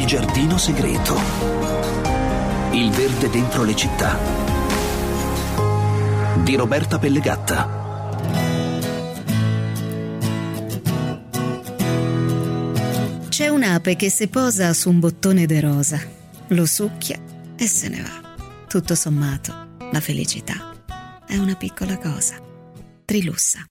Il giardino segreto. Il verde dentro le città. Di Roberta Pellegatta. C'è un'ape che si posa su un bottone de rosa, lo succhia e se ne va. Tutto sommato, la felicità è una piccola cosa. Trilussa.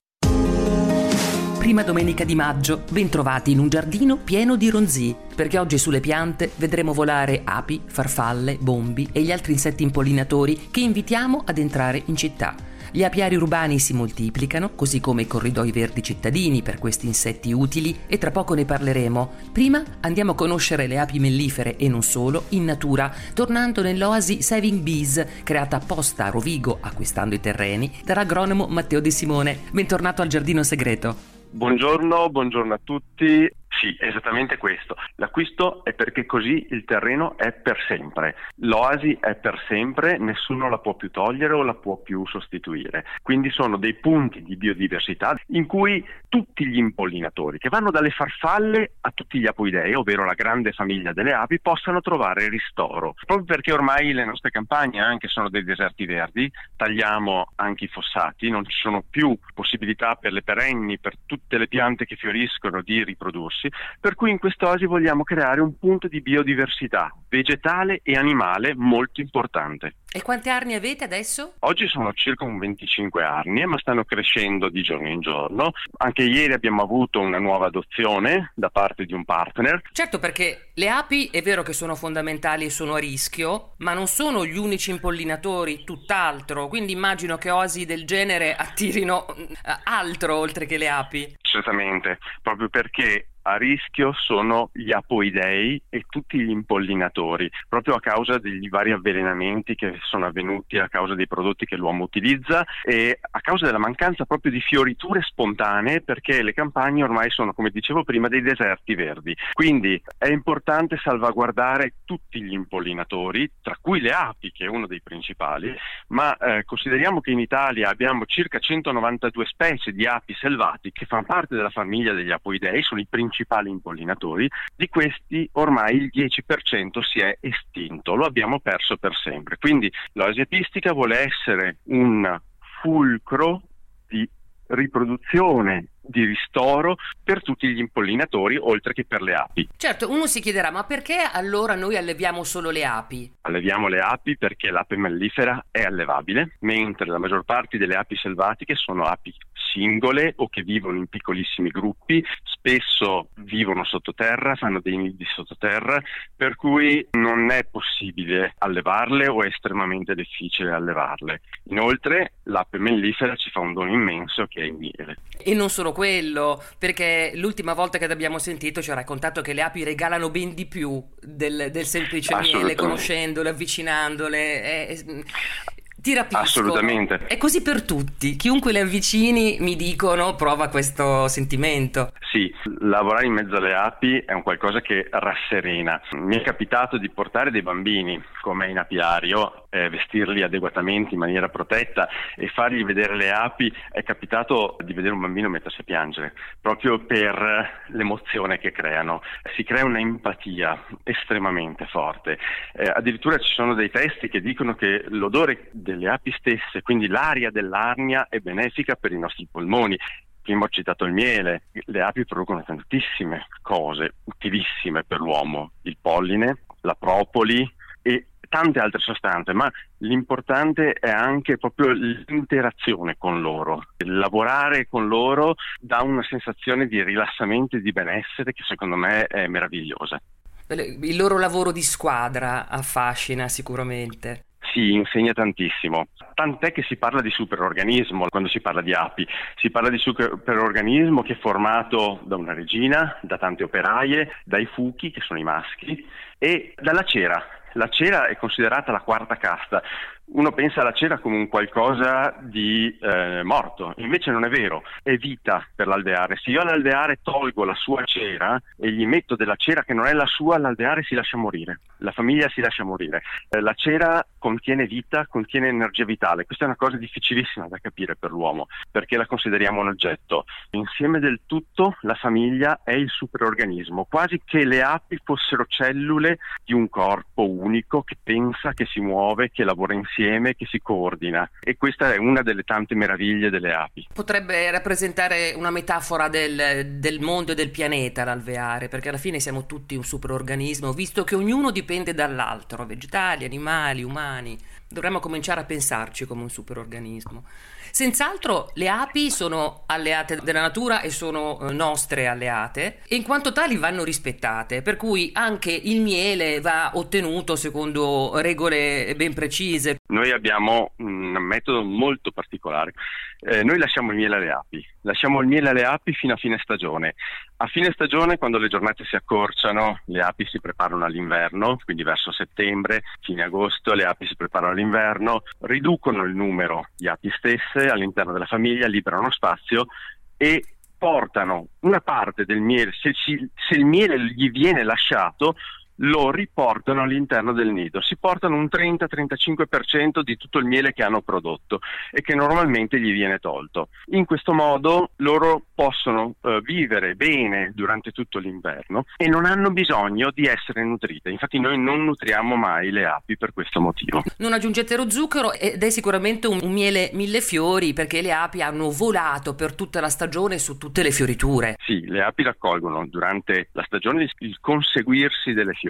Prima domenica di maggio, bentrovati in un giardino pieno di ronzii, perché oggi sulle piante vedremo volare api, farfalle, bombi e gli altri insetti impollinatori che invitiamo ad entrare in città. Gli apiari urbani si moltiplicano, così come i corridoi verdi cittadini per questi insetti utili, e tra poco ne parleremo. Prima andiamo a conoscere le api mellifere e non solo in natura, tornando nell'oasi Saving Bees, creata apposta a Rovigo, acquistando i terreni, dall'agronomo Matteo De Simone. Bentornato al Giardino Segreto. Buongiorno a tutti. Sì, esattamente questo. L'acquisto è perché così il terreno è per sempre. L'oasi è per sempre, nessuno la può più togliere o la può più sostituire. Quindi sono dei punti di biodiversità in cui tutti gli impollinatori, che vanno dalle farfalle a tutti gli apoidei, ovvero la grande famiglia delle api, possano trovare ristoro. Proprio perché ormai le nostre campagne anche sono dei deserti verdi, tagliamo anche i fossati, non ci sono più possibilità per le perenni, per tutte le piante che fioriscono di riprodursi. Per cui in quest'oasi vogliamo creare un punto di biodiversità vegetale e animale molto importante. E quante arnie avete adesso? Oggi sono circa un 25 arnie, ma stanno crescendo di giorno in giorno. Anche ieri abbiamo avuto una nuova adozione da parte di un partner. Certo, perché le api è vero che sono fondamentali e sono a rischio, ma non sono gli unici impollinatori, tutt'altro. Quindi immagino che oasi del genere attirino altro oltre che le api. Certamente, proprio perché a rischio sono gli apoidei e tutti gli impollinatori, proprio a causa degli vari avvelenamenti che sono avvenuti a causa dei prodotti che l'uomo utilizza e a causa della mancanza proprio di fioriture spontanee, perché le campagne ormai sono, come dicevo prima, dei deserti verdi. Quindi è importante salvaguardare tutti gli impollinatori, tra cui le api, che è uno dei principali, ma consideriamo che in Italia abbiamo circa 192 specie di api selvatiche che fanno parte della famiglia degli apoidei, sono i principali impollinatori. Di questi ormai il 10% si è estinto, lo abbiamo perso per sempre. Quindi l'oasi apistica vuole essere un fulcro di riproduzione, di ristoro per tutti gli impollinatori, oltre che per le api. Certo, uno si chiederà, ma perché allora noi alleviamo solo le api? Alleviamo le api perché l'ape mellifera è allevabile, mentre la maggior parte delle api selvatiche sono api singole o che vivono in piccolissimi gruppi, spesso vivono sottoterra, fanno dei nidi sottoterra, per cui non è possibile allevarle o è estremamente difficile allevarle. Inoltre l'ape mellifera ci fa un dono immenso che è il miele. E non solo quello, perché l'ultima volta che l'abbiamo sentito ci ha raccontato che le api regalano ben di più del semplice miele, conoscendole, avvicinandole. Ti rapisco. Assolutamente. È così per tutti. Chiunque le avvicini, mi dicono, prova questo sentimento. Sì, lavorare in mezzo alle api è un qualcosa che rasserena. Mi è capitato di portare dei bambini come in apiario, vestirli adeguatamente in maniera protetta e fargli vedere le api. È capitato di vedere un bambino mettersi a piangere, proprio per l'emozione che creano. Si crea una empatia estremamente forte. Addirittura ci sono dei testi che dicono che l'odore delle api stesse, quindi l'aria dell'arnia, è benefica per i nostri polmoni. Prima ho citato il miele, le api producono tantissime cose utilissime per l'uomo, il polline, la propoli e tante altre sostanze, ma l'importante è anche proprio l'interazione con loro. Lavorare con loro dà una sensazione di rilassamento e di benessere che secondo me è meravigliosa. Il loro lavoro di squadra affascina sicuramente. Sì, insegna tantissimo, tant'è che si parla di superorganismo quando si parla di api. Si parla di superorganismo che è formato da una regina, da tante operaie, dai fuchi, che sono i maschi, e dalla cera. La cera è considerata la quarta casta. Uno pensa alla cera come un qualcosa di morto, invece non è vero, è vita per l'alveare. Se io all'alveare tolgo la sua cera e gli metto della cera che non è la sua, l'alveare si lascia morire, la famiglia si lascia morire. La cera contiene vita, contiene energia vitale. Questa è una cosa difficilissima da capire per l'uomo, perché la consideriamo un oggetto. Insieme del tutto la famiglia è il superorganismo, quasi che le api fossero cellule di un corpo unico che pensa, che si muove, che lavora insieme, che si coordina, e questa è una delle tante meraviglie delle api. Potrebbe rappresentare una metafora del mondo e del pianeta l'alveare, perché alla fine siamo tutti un superorganismo, visto che ognuno dipende dall'altro, vegetali, animali, umani. Dovremmo cominciare a pensarci come un superorganismo. Senz'altro le api sono alleate della natura e sono nostre alleate, e in quanto tali vanno rispettate, per cui anche il miele va ottenuto secondo regole ben precise. Noi abbiamo un metodo molto particolare. Noi lasciamo il miele alle api fino a fine stagione. A fine stagione, quando le giornate si accorciano, le api si preparano all'inverno, quindi verso settembre, fine agosto, le api si preparano all'inverno, riducono il numero di api stesse all'interno della famiglia, liberano spazio e portano una parte del miele. Se il miele gli viene lasciato, lo riportano all'interno del nido, si portano un 30-35% di tutto il miele che hanno prodotto e che normalmente gli viene tolto. In questo modo loro possono vivere bene durante tutto l'inverno e non hanno bisogno di essere nutrite. Infatti noi non nutriamo mai le api per questo motivo. Non aggiungete lo zucchero ed è sicuramente un miele mille fiori, perché le api hanno volato per tutta la stagione su tutte le fioriture. Sì, le api raccolgono durante la stagione il conseguirsi delle fioriture.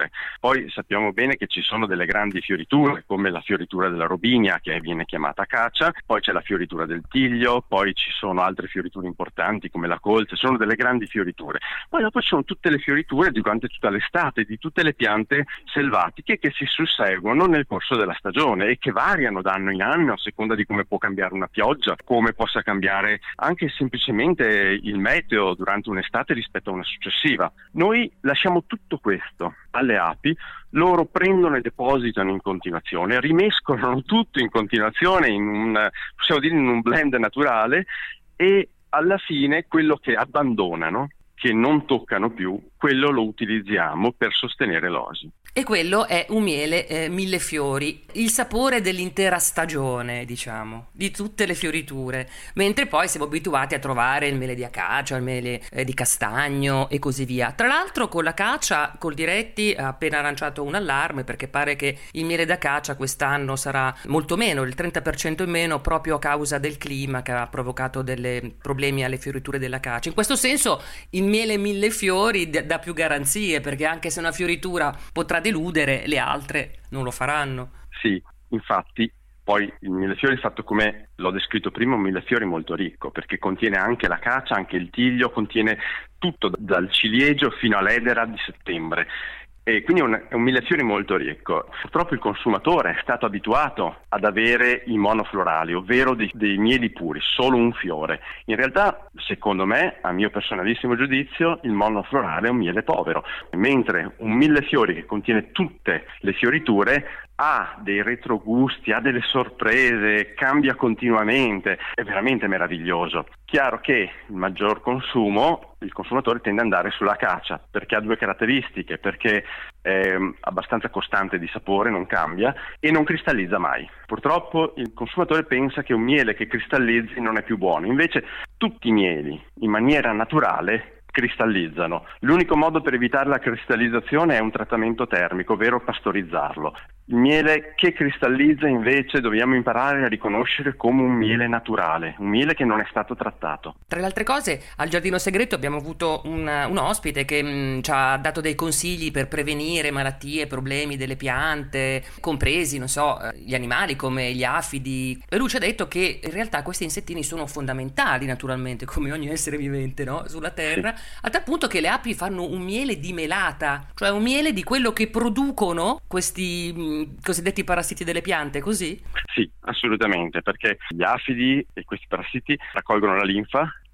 Poi sappiamo bene che ci sono delle grandi fioriture, come la fioritura della robinia, che viene chiamata acacia, poi c'è la fioritura del tiglio, poi ci sono altre fioriture importanti come la colza, sono delle grandi fioriture. Poi dopo ci sono tutte le fioriture durante tutta l'estate di tutte le piante selvatiche che si susseguono nel corso della stagione e che variano da anno in anno a seconda di come può cambiare una pioggia, come possa cambiare anche semplicemente il meteo durante un'estate rispetto a una successiva. Noi lasciamo tutto questo alle api, loro prendono e depositano in continuazione, rimescolano tutto in continuazione possiamo dire in un blend naturale, e alla fine quello che abbandonano, che non toccano più, quello lo utilizziamo per sostenere l'osi. E quello è un miele mille fiori, il sapore dell'intera stagione, diciamo, di tutte le fioriture, mentre poi siamo abituati a trovare il miele di acacia, il miele di castagno e così via. Tra l'altro con l'acacia Coldiretti ha appena lanciato un allarme, perché pare che il miele d'acacia quest'anno sarà molto meno, il 30% in meno, proprio a causa del clima che ha provocato dei problemi alle fioriture dell'acacia. In questo senso il miele mille fiori dà più garanzie, perché anche se una fioritura potrà deludere, le altre non lo faranno. Sì, infatti poi il millefiori è fatto, come l'ho descritto prima, un millefiori molto ricco, perché contiene anche l'acacia, anche il tiglio, contiene tutto dal ciliegio fino all'edera di settembre. E quindi è un millefiori molto ricco. Purtroppo il consumatore è stato abituato ad avere i monoflorali, ovvero dei mieli puri, solo un fiore. In realtà, secondo me, a mio personalissimo giudizio, il monoflorale è un miele povero, mentre un millefiori che contiene tutte le fioriture ha dei retrogusti, ha delle sorprese, cambia continuamente, è veramente meraviglioso. Chiaro che il maggior consumo, il consumatore tende ad andare sull'acacia, perché ha due caratteristiche: perché è abbastanza costante di sapore, non cambia, e non cristallizza mai. Purtroppo il consumatore pensa che un miele che cristallizzi non è più buono, invece tutti i mieli in maniera naturale cristallizzano. L'unico modo per evitare la cristallizzazione è un trattamento termico, ovvero pastorizzarlo. Il miele che cristallizza invece dobbiamo imparare a riconoscere come un miele naturale, un miele che non è stato trattato. Tra le altre cose, al Giardino Segreto abbiamo avuto un ospite che ci ha dato dei consigli per prevenire malattie, problemi delle piante, compresi, non so, gli animali come gli afidi. E lui ci ha detto che in realtà questi insettini sono fondamentali, naturalmente, come ogni essere vivente, no? Sulla Terra, sì. A tal punto che le api fanno un miele di melata, cioè un miele di quello che producono questi cosiddetti parassiti delle piante, così? Sì, assolutamente, perché gli afidi e questi parassiti raccolgono la linfa,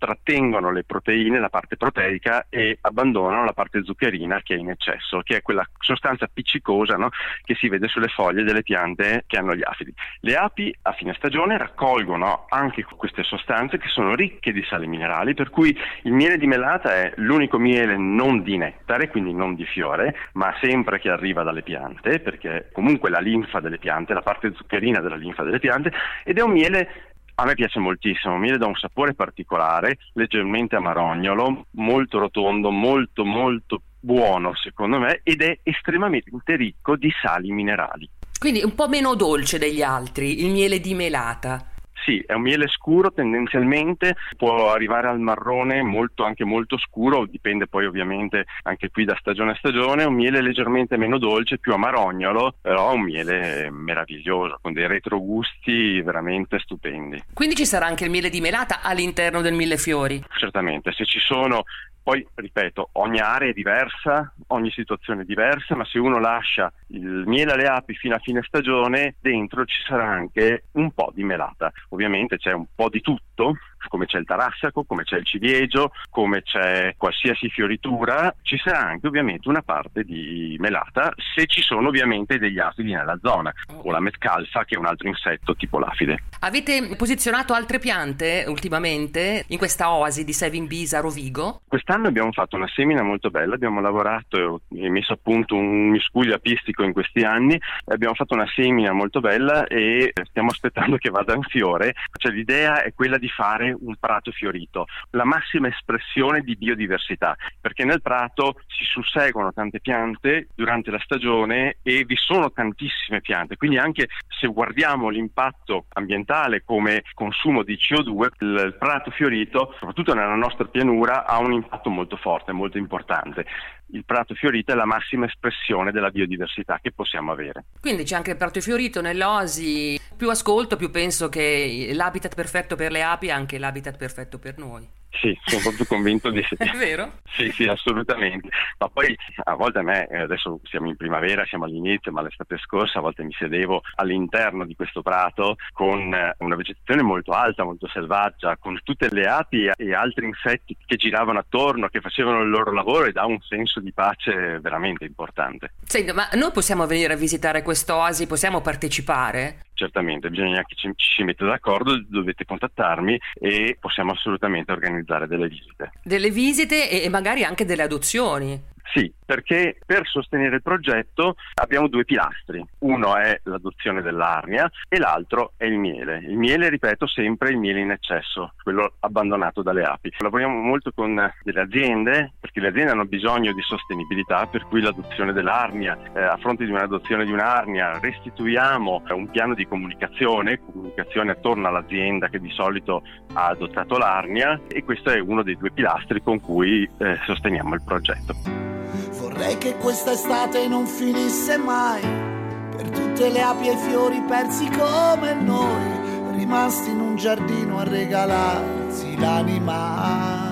trattengono le proteine, la parte proteica, e abbandonano la parte zuccherina che è in eccesso, che è quella sostanza appiccicosa, no? Che si vede sulle foglie delle piante che hanno gli afidi. Le api a fine stagione raccolgono anche queste sostanze che sono ricche di sali minerali, per cui il miele di melata è l'unico miele non di nettare, quindi non di fiore, ma sempre che arriva dalle piante, perché comunque la linfa delle piante, la parte zuccherina della linfa delle piante, ed è un miele, a me piace moltissimo, un miele da un sapore particolare, leggermente amarognolo, molto rotondo, molto molto buono secondo me, ed è estremamente ricco di sali minerali. Quindi un po' meno dolce degli altri, il miele di melata. Sì, è un miele scuro tendenzialmente, può arrivare al marrone anche molto scuro, dipende poi ovviamente anche qui da stagione a stagione. Un miele leggermente meno dolce, più amarognolo, però un miele meraviglioso, con dei retrogusti veramente stupendi. Quindi ci sarà anche il miele di melata all'interno del millefiori? Certamente, se ci sono. Poi, ripeto, ogni area è diversa, ogni situazione è diversa, ma se uno lascia il miele alle api fino a fine stagione, dentro ci sarà anche un po' di melata. Ovviamente c'è un po' di tutto, come c'è il tarassaco, come c'è il ciliegio, come c'è qualsiasi fioritura, ci sarà anche ovviamente una parte di melata, se ci sono ovviamente degli afidi nella zona, o la metcalfa, che è un altro insetto tipo l'afide. Avete posizionato altre piante ultimamente in questa oasi di Seven Bees a Rovigo? Quest'anno abbiamo fatto una semina molto bella, abbiamo lavorato e messo a punto un miscuglio apistico in questi anni, abbiamo fatto una semina molto bella e stiamo aspettando che vada in fiore. Cioè, l'idea è quella di fare un prato fiorito, la massima espressione di biodiversità, perché nel prato si susseguono tante piante durante la stagione e vi sono tantissime piante, quindi anche se guardiamo l'impatto ambientale come consumo di CO2, il prato fiorito, soprattutto nella nostra pianura, ha un impatto molto forte, molto importante. Il prato fiorito è la massima espressione della biodiversità che possiamo avere. Quindi c'è anche il prato fiorito nell'oasi. Più ascolto, più penso che l'habitat perfetto per le api è anche l'habitat perfetto per noi. Sì, sono proprio convinto di sì. È vero? Sì, assolutamente. Ma poi a volte adesso siamo in primavera, siamo all'inizio, ma l'estate scorsa a volte mi sedevo all'interno di questo prato con una vegetazione molto alta, molto selvaggia, con tutte le api e altri insetti che giravano attorno, che facevano il loro lavoro, e dà un senso di pace veramente importante. Senti, ma noi possiamo venire a visitare quest'oasi, possiamo partecipare? Certamente, bisogna che ci metta d'accordo, dovete contattarmi e possiamo assolutamente organizzare delle visite. Delle visite e magari anche delle adozioni. Sì, perché per sostenere il progetto abbiamo due pilastri. Uno è l'adozione dell'arnia e l'altro è il miele. Il miele, ripeto, sempre il miele in eccesso, quello abbandonato dalle api. Lavoriamo molto con delle aziende, perché le aziende hanno bisogno di sostenibilità, per cui l'adozione dell'arnia, a fronte di un'adozione di un'arnia restituiamo un piano di comunicazione attorno all'azienda che di solito ha adottato l'arnia, e questo è uno dei due pilastri con cui sosteniamo il progetto. Vorrei che questa estate non finisse mai, per tutte le api e i fiori persi come noi, rimasti in un giardino a regalarsi l'anima.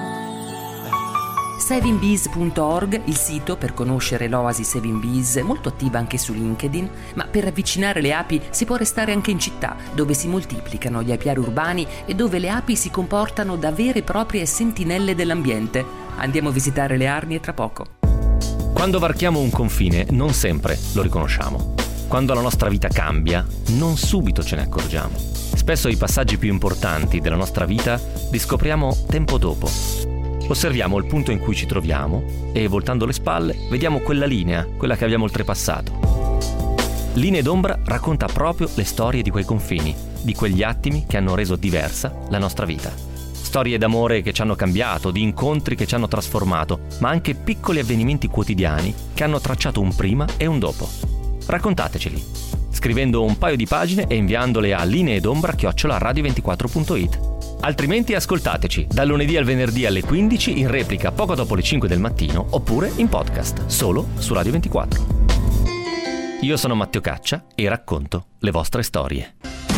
Sevenbees.org, il sito per conoscere l'oasi Seven Bees, molto attiva anche su LinkedIn, ma per avvicinare le api si può restare anche in città, dove si moltiplicano gli apiari urbani e dove le api si comportano da vere e proprie sentinelle dell'ambiente. Andiamo a visitare le arnie tra poco. Quando varchiamo un confine non sempre lo riconosciamo. Quando la nostra vita cambia, non subito ce ne accorgiamo. Spesso i passaggi più importanti della nostra vita li scopriamo tempo dopo. Osserviamo il punto in cui ci troviamo e, voltando le spalle, vediamo quella linea, quella che abbiamo oltrepassato. Linee d'ombra racconta proprio le storie di quei confini, di quegli attimi che hanno reso diversa la nostra vita. Storie d'amore che ci hanno cambiato, di incontri che ci hanno trasformato, ma anche piccoli avvenimenti quotidiani che hanno tracciato un prima e un dopo. Raccontateceli, scrivendo un paio di pagine e inviandole a lineedombra@radio24.it. Altrimenti ascoltateci dal lunedì al venerdì alle 15, in replica poco dopo le 5 del mattino, oppure in podcast, solo su Radio 24. Io sono Matteo Caccia e racconto le vostre storie.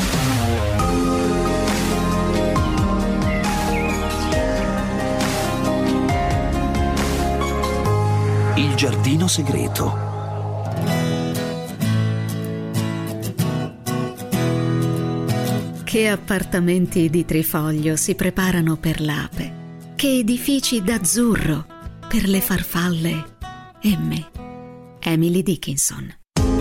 Il giardino segreto. Che appartamenti di trifoglio si preparano per l'ape, che edifici d'azzurro per le farfalle e me. Emily Dickinson.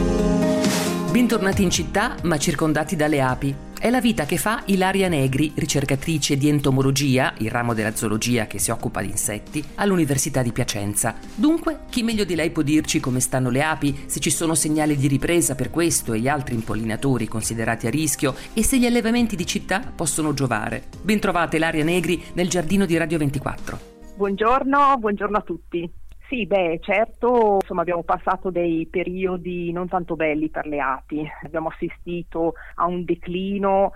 Bentornati in città, ma circondati dalle api. È la vita che fa Ilaria Negri, ricercatrice di entomologia, il ramo della zoologia che si occupa di insetti, all'Università di Piacenza. Dunque, chi meglio di lei può dirci come stanno le api, se ci sono segnali di ripresa per questo e gli altri impollinatori considerati a rischio e se gli allevamenti di città possono giovare. Bentrovata Ilaria Negri nel giardino di Radio 24. Buongiorno a tutti. Sì, certo, abbiamo passato dei periodi non tanto belli per le api. Abbiamo assistito a un declino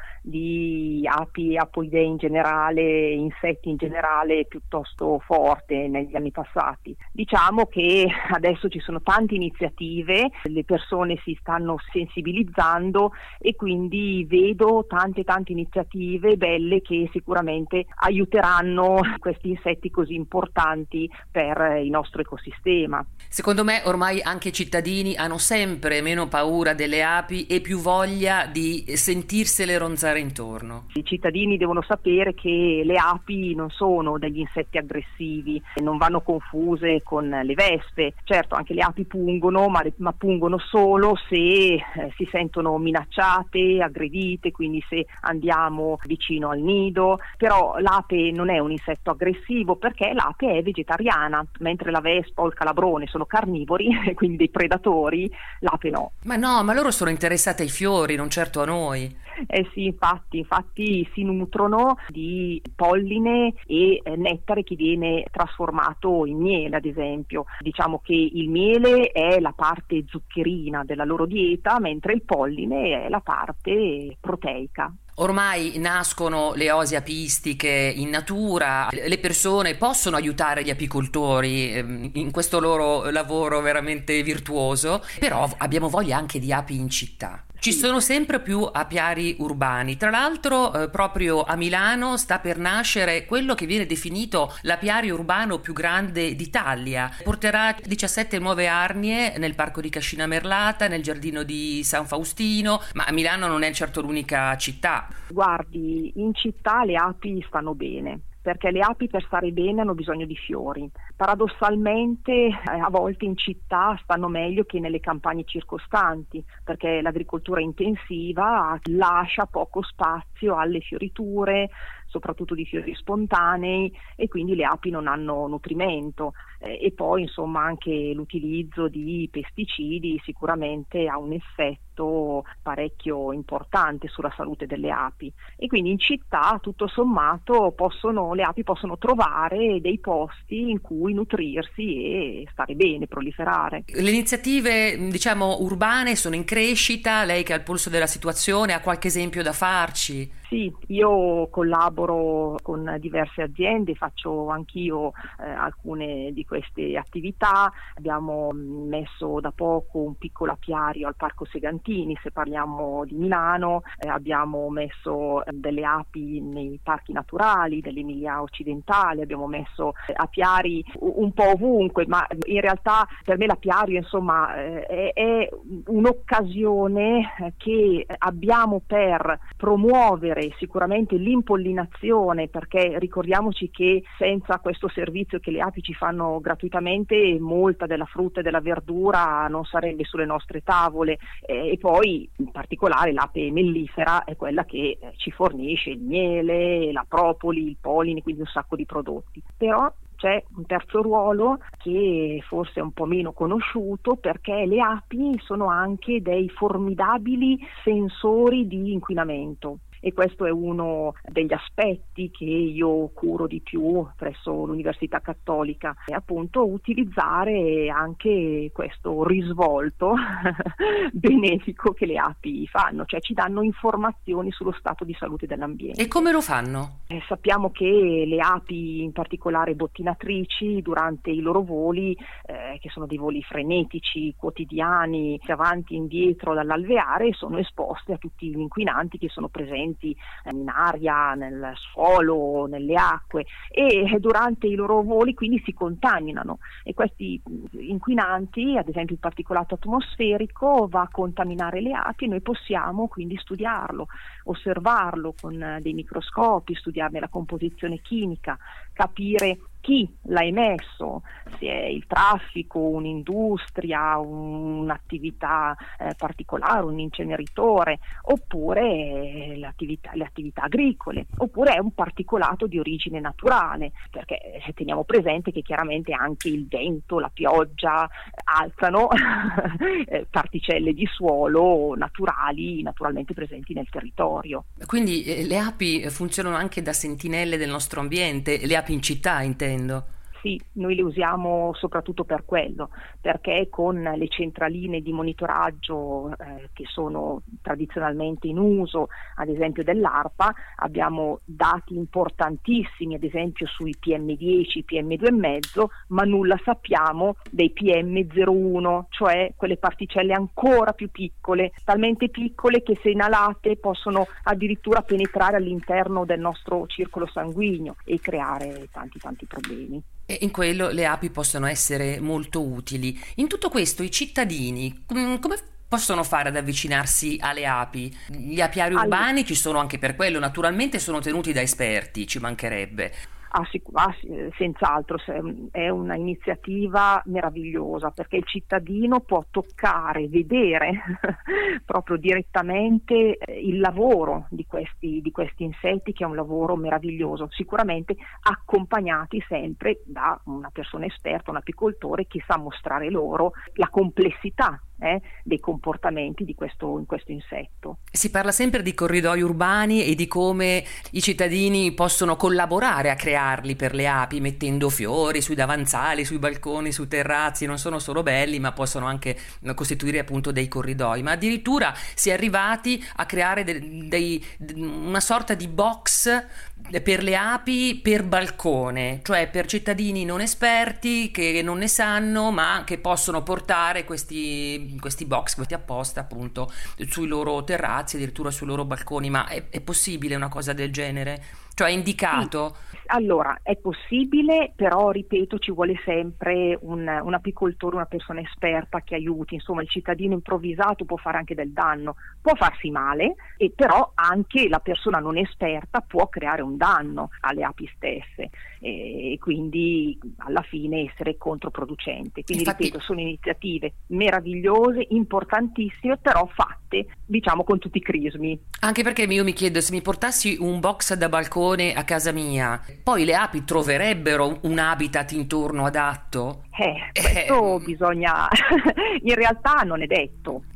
di api e apoidee in generale, insetti in generale, piuttosto forte negli anni passati. Diciamo che adesso ci sono tante iniziative, le persone si stanno sensibilizzando e quindi vedo tante iniziative belle che sicuramente aiuteranno questi insetti così importanti per il nostro ecosistema. Secondo me ormai anche i cittadini hanno sempre meno paura delle api e più voglia di sentirsele ronzare intorno. I cittadini devono sapere che le api non sono degli insetti aggressivi, non vanno confuse con le vespe. Certo, anche le api pungono, ma pungono solo se si sentono minacciate, aggredite, quindi se andiamo vicino al nido. Però l'ape non è un insetto aggressivo perché l'ape è vegetariana, mentre la vespa o il calabrone sono carnivori e quindi dei predatori, l'ape no. Ma loro sono interessate ai fiori, non certo a noi. Sì, infatti si nutrono di polline e nettare che viene trasformato in miele, ad esempio. Diciamo che il miele è la parte zuccherina della loro dieta, mentre il polline è la parte proteica. Ormai nascono le oasi apistiche in natura, le persone possono aiutare gli apicoltori in questo loro lavoro veramente virtuoso, però abbiamo voglia anche di api in città. Ci sono sempre più apiari urbani. Tra l'altro, proprio a Milano sta per nascere quello che viene definito l'apiario urbano più grande d'Italia. Porterà 17 nuove arnie nel parco di Cascina Merlata, nel giardino di San Faustino, ma Milano non è certo l'unica città. Guardi, in città le api stanno bene, perché le api per stare bene hanno bisogno di fiori. Paradossalmente a volte in città stanno meglio che nelle campagne circostanti, perché l'agricoltura intensiva lascia poco spazio alle fioriture, soprattutto di fiori spontanei, e quindi le api non hanno nutrimento. E poi anche l'utilizzo di pesticidi sicuramente ha un effetto parecchio importante sulla salute delle api, e quindi in città tutto sommato le api possono trovare dei posti in cui nutrirsi e stare bene, proliferare. Le iniziative urbane sono in crescita, lei che ha il polso della situazione ha qualche esempio da farci? Sì, io collaboro con diverse aziende, faccio anch'io alcune di queste attività. Abbiamo messo da poco un piccolo apiario al Parco Segantini, se parliamo di Milano, abbiamo messo delle api nei parchi naturali dell'Emilia Occidentale, abbiamo messo apiari un po' ovunque, ma in realtà per me l'apiario è un'occasione che abbiamo per promuovere sicuramente l'impollinazione, perché ricordiamoci che senza questo servizio che le api ci fanno gratuitamente molta della frutta e della verdura non sarebbe sulle nostre tavole, e poi in particolare l'ape mellifera è quella che ci fornisce il miele, la propoli, il polline, quindi un sacco di prodotti. Però c'è un terzo ruolo che forse è un po' meno conosciuto, perché le api sono anche dei formidabili sensori di inquinamento. E questo è uno degli aspetti che io curo di più presso l'Università Cattolica, e appunto utilizzare anche questo risvolto benefico che le api fanno, cioè ci danno informazioni sullo stato di salute dell'ambiente. E come lo fanno? Sappiamo che le api, in particolare bottinatrici, durante i loro voli, che sono dei voli frenetici, quotidiani, avanti e indietro dall'alveare, sono esposte a tutti gli inquinanti che sono presenti presenti in aria, nel suolo, nelle acque, e durante i loro voli quindi si contaminano, e questi inquinanti, ad esempio il particolato atmosferico, va a contaminare le api, e noi possiamo quindi studiarlo, osservarlo con dei microscopi, studiarne la composizione chimica, capire chi l'ha emesso, se è il traffico, un'industria, un'attività particolare, un inceneritore, oppure le attività agricole, oppure è un particolato di origine naturale, perché teniamo presente che chiaramente anche il vento, la pioggia alzano particelle di suolo naturalmente presenti nel territorio. Quindi le api funzionano anche da sentinelle del nostro ambiente, le api in città intendo. Sì, noi le usiamo soprattutto per quello, perché con le centraline di monitoraggio che sono tradizionalmente in uso, ad esempio dell'ARPA, abbiamo dati importantissimi, ad esempio sui PM10, PM2,5, ma nulla sappiamo dei PM01, cioè quelle particelle ancora più piccole, talmente piccole che se inalate possono addirittura penetrare all'interno del nostro circolo sanguigno e creare tanti problemi. E in quello le api possono essere molto utili. In tutto questo i cittadini come possono fare ad avvicinarsi alle api? Gli apiari urbani ci sono anche per quello, naturalmente sono tenuti da esperti, ci mancherebbe. Senz'altro è una iniziativa meravigliosa, perché il cittadino può toccare, vedere proprio direttamente il lavoro di questi insetti, che è un lavoro meraviglioso, sicuramente accompagnati sempre da una persona esperta, un apicoltore che sa mostrare loro la complessità dei comportamenti in questo insetto. Si parla sempre di corridoi urbani e di come i cittadini possono collaborare a crearli per le api, mettendo fiori sui davanzali, sui balconi, sui terrazzi. Non sono solo belli, ma possono anche costituire appunto dei corridoi. Ma addirittura si è arrivati a creare una sorta di box per le api per balcone, cioè per cittadini non esperti che non ne sanno, ma che possono portare questi box, questi apposta appunto sui loro terrazzi, addirittura sui loro balconi. Ma è possibile una cosa del genere? Cioè è indicato? Sì. Allora, è possibile, però ripeto, ci vuole sempre un apicoltore, una persona esperta che aiuti. Insomma, il cittadino improvvisato può fare anche del danno, può farsi male, e però anche la persona non esperta può creare un danno alle api stesse, e quindi alla fine essere controproducente. Quindi ripeto, sono iniziative meravigliose, importantissime, però fatte diciamo con tutti i crismi. Anche perché io mi chiedo, se mi portassi un box da balcone a casa mia, poi le api troverebbero un habitat intorno adatto? Questo bisogna in realtà non è detto,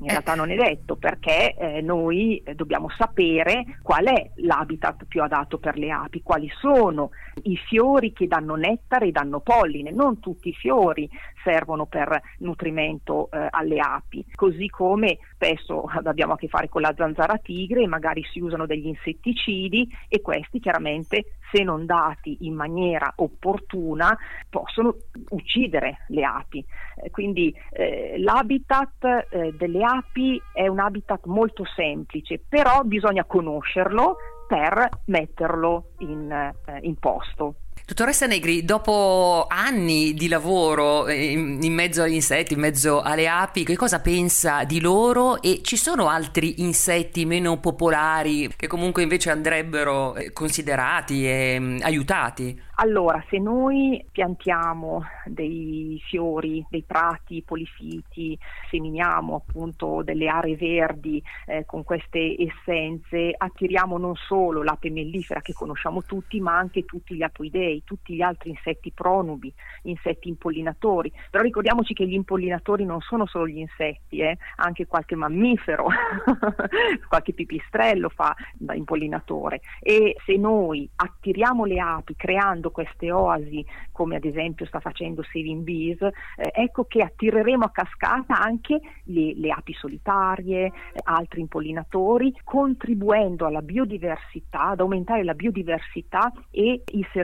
perché noi dobbiamo sapere qual è l'habitat più adatto per le api, quali sono i fiori che danno nettare e danno polline. Non tutti i fiori servono per nutrimento alle api, così come spesso abbiamo a che fare con la zanzara tigre e magari si usano degli insetticidi, e questi chiaramente, se non dati in maniera opportuna, possono uccidere le api. Quindi l'habitat delle api è un habitat molto semplice, però bisogna conoscerlo per metterlo in posto. Dottoressa Negri, dopo anni di lavoro in mezzo agli insetti, in mezzo alle api, che cosa pensa di loro? E ci sono altri insetti meno popolari che comunque invece andrebbero considerati e aiutati? Allora, se noi piantiamo dei fiori, dei prati polifiti, seminiamo appunto delle aree verdi con queste essenze, attiriamo non solo l'ape mellifera che conosciamo tutti, ma anche tutti gli apoidei, tutti gli altri insetti pronubi, insetti impollinatori. Però ricordiamoci che gli impollinatori non sono solo gli insetti, anche qualche mammifero, qualche pipistrello fa da impollinatore. E se noi attiriamo le api creando queste oasi, come ad esempio sta facendo Saving Bees, ecco che attireremo a cascata anche le api solitarie, altri impollinatori, contribuendo alla biodiversità, ad aumentare la biodiversità e i servizi ecosistemici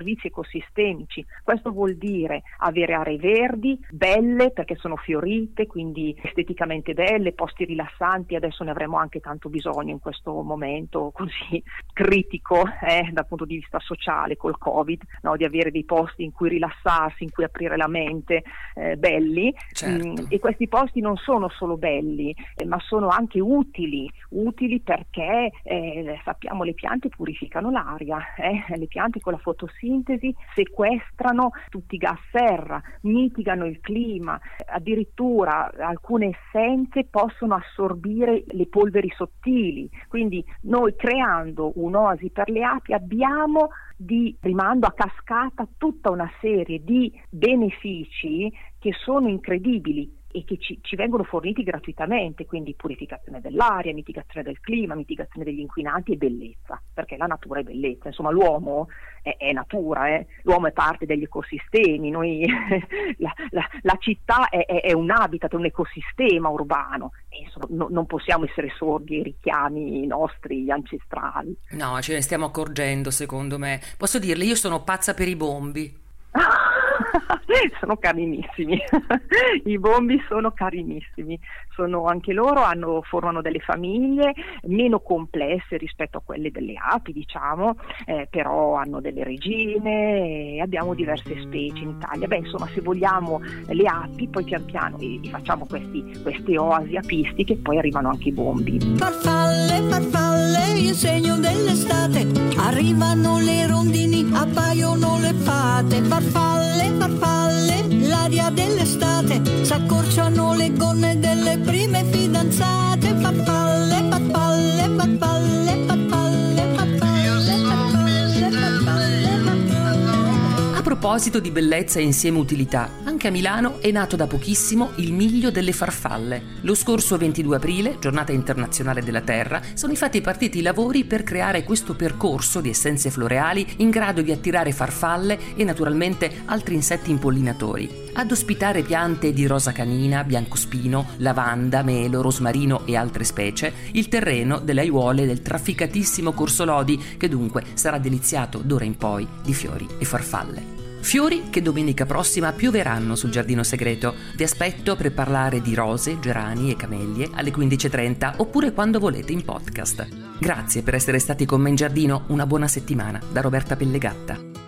ecosistemici. Questo vuol dire avere aree verdi, belle perché sono fiorite, quindi esteticamente belle, posti rilassanti. Adesso ne avremo anche tanto bisogno in questo momento così critico dal punto di vista sociale col Covid, no? Di avere dei posti in cui rilassarsi, in cui aprire la mente, belli. Certo. E questi posti non sono solo belli, ma sono anche utili perché sappiamo le piante purificano l'aria, le piante con la fotosintesi sequestrano tutti i gas serra, mitigano il clima, addirittura alcune essenze possono assorbire le polveri sottili, quindi noi creando un'oasi per le api abbiamo rimando a cascata tutta una serie di benefici che sono incredibili e che ci vengono forniti gratuitamente, quindi purificazione dell'aria, mitigazione del clima, mitigazione degli inquinanti e bellezza, perché la natura è bellezza, insomma l'uomo è natura, l'uomo è parte degli ecosistemi, noi la città è un habitat, un ecosistema urbano, e insomma non possiamo essere sordi ai richiami nostri ancestrali. No, ce ne stiamo accorgendo, secondo me. Posso dirle, io sono pazza per i bombi. Sono carinissimi, i bombi sono carinissimi, anche loro formano delle famiglie meno complesse rispetto a quelle delle api, diciamo, però hanno delle regine e abbiamo diverse specie in Italia. Insomma, se vogliamo le api, poi pian piano facciamo queste oasi apistiche, poi arrivano anche i bombi. Farfalle, il segno dell'estate, arrivano le rondini, appaiono le fate. Farfalle, l'aria dell'estate, s'accorciano le gonne delle prime fidanzate. Farfalle. A proposito di bellezza e insieme utilità, anche a Milano è nato da pochissimo il Miglio delle Farfalle. Lo scorso 22 aprile, giornata internazionale della terra, sono infatti partiti i lavori per creare questo percorso di essenze floreali in grado di attirare farfalle e naturalmente altri insetti impollinatori. Ad ospitare piante di rosa canina, biancospino, lavanda, melo, rosmarino e altre specie, il terreno delle aiuole del trafficatissimo Corso Lodi, che dunque sarà deliziato d'ora in poi di fiori e farfalle. Fiori che domenica prossima pioveranno sul Giardino Segreto. Vi aspetto per parlare di rose, gerani e camellie alle 15:30 oppure quando volete in podcast. Grazie per essere stati con me in giardino, una buona settimana da Roberta Pellegatta.